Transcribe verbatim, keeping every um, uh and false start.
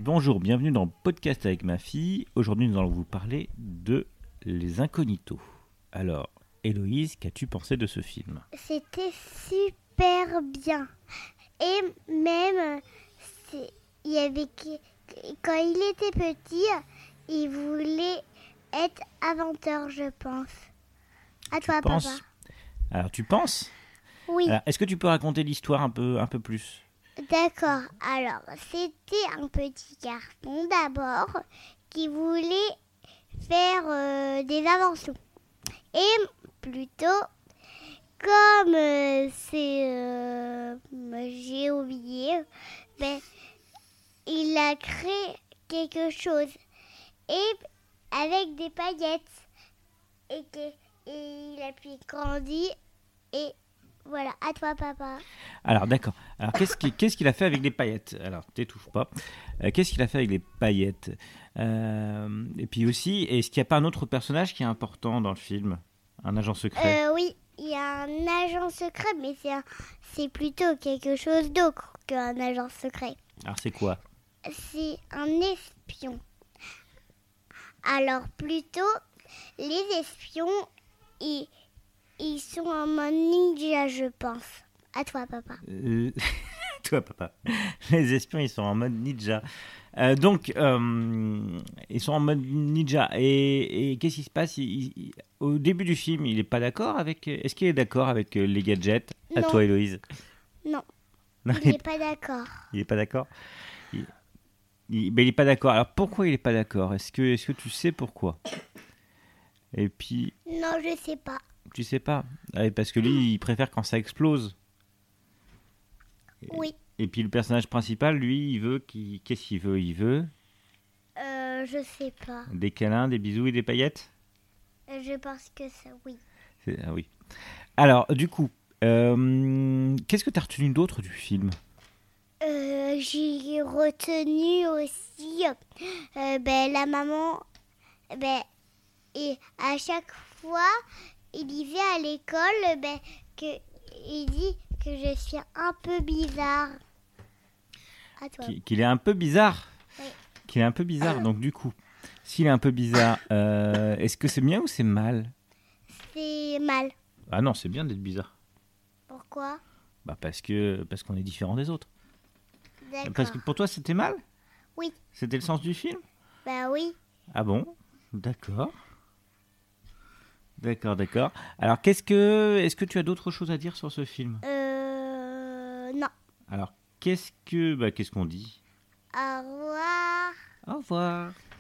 Bonjour, bienvenue dans Podcast avec ma fille. Aujourd'hui, nous allons vous parler de Les Incognitos. Alors, Héloïse, qu'as-tu pensé de ce film ? C'était super bien. Et même, c'est, il y avait, quand il était petit, il voulait être inventeur, je pense. À tu toi, penses... papa. Alors, tu penses ? Oui. Alors, est-ce que tu peux raconter l'histoire un peu, un peu plus ? D'accord. Alors, c'était un petit garçon d'abord qui voulait faire euh, des inventions. Et plutôt, comme euh, c'est... Euh, j'ai oublié, ben, il a créé quelque chose. Et avec des paillettes. Et, que, et il a puis grandi. Et voilà, à toi, papa. Alors, d'accord. Alors, qu'est-ce qu'il, qu'est-ce qu'il a fait avec les paillettes ? Alors, t'étouffe pas. Euh, qu'est-ce qu'il a fait avec les paillettes ? euh, Et puis aussi, est-ce qu'il n'y a pas un autre personnage qui est important dans le film ? Un agent secret ? Euh, oui, il y a un agent secret, mais c'est, un, c'est plutôt quelque chose d'autre qu'un agent secret. Alors, c'est quoi ? C'est un espion. Alors, plutôt, les espions, ils, ils sont en mode ninja, je pense. À toi, papa. Euh, Toi, papa. Les espions, ils sont en mode ninja. Euh, donc, euh, ils sont en mode ninja. Et, et qu'est-ce qui se passe ? il, il, Au début du film, il n'est pas d'accord avec... Est-ce qu'il est d'accord avec les gadgets ? À Non. toi, Héloïse. Non, Non, il n'est pas d'accord. Il n'est pas d'accord il, il, ben, il n'est pas d'accord. Alors, pourquoi il n'est pas d'accord ? Est-ce que, est-ce que tu sais pourquoi ? Et puis... Non, je sais pas. Tu sais pas ? Ah, parce que lui, il préfère quand ça explose. Oui. Et puis le personnage principal, lui, il veut... Qu'il... Qu'est-ce qu'il veut ? Il veut... Euh, je sais pas. Des câlins, des bisous et des paillettes ? Euh, je pense que ça, oui. C'est... Ah oui. Alors, du coup, euh, qu'est-ce que tu as retenu d'autre du film ? Euh, j'ai retenu aussi euh, ben, la maman. Ben, et à chaque fois, il disait à l'école ben, que il dit que je suis un peu bizarre. À toi. Qu'il est un peu bizarre. Oui. Qu'il est un peu bizarre. Donc, du coup, s'il est un peu bizarre, euh, est-ce que c'est bien ou c'est mal ? C'est mal. Ah non, c'est bien d'être bizarre. Pourquoi ? Bah parce que parce qu'on est différent des autres. D'accord. Parce que pour toi, c'était mal ? Oui. C'était le sens du film ? Bah oui. Ah bon ? D'accord. D'accord, d'accord. Alors, qu'est-ce que, est-ce que tu as d'autres choses à dire sur ce film ? Euh... Non. Alors, qu'est-ce que, bah, qu'est-ce qu'on dit ? Au revoir. Au revoir.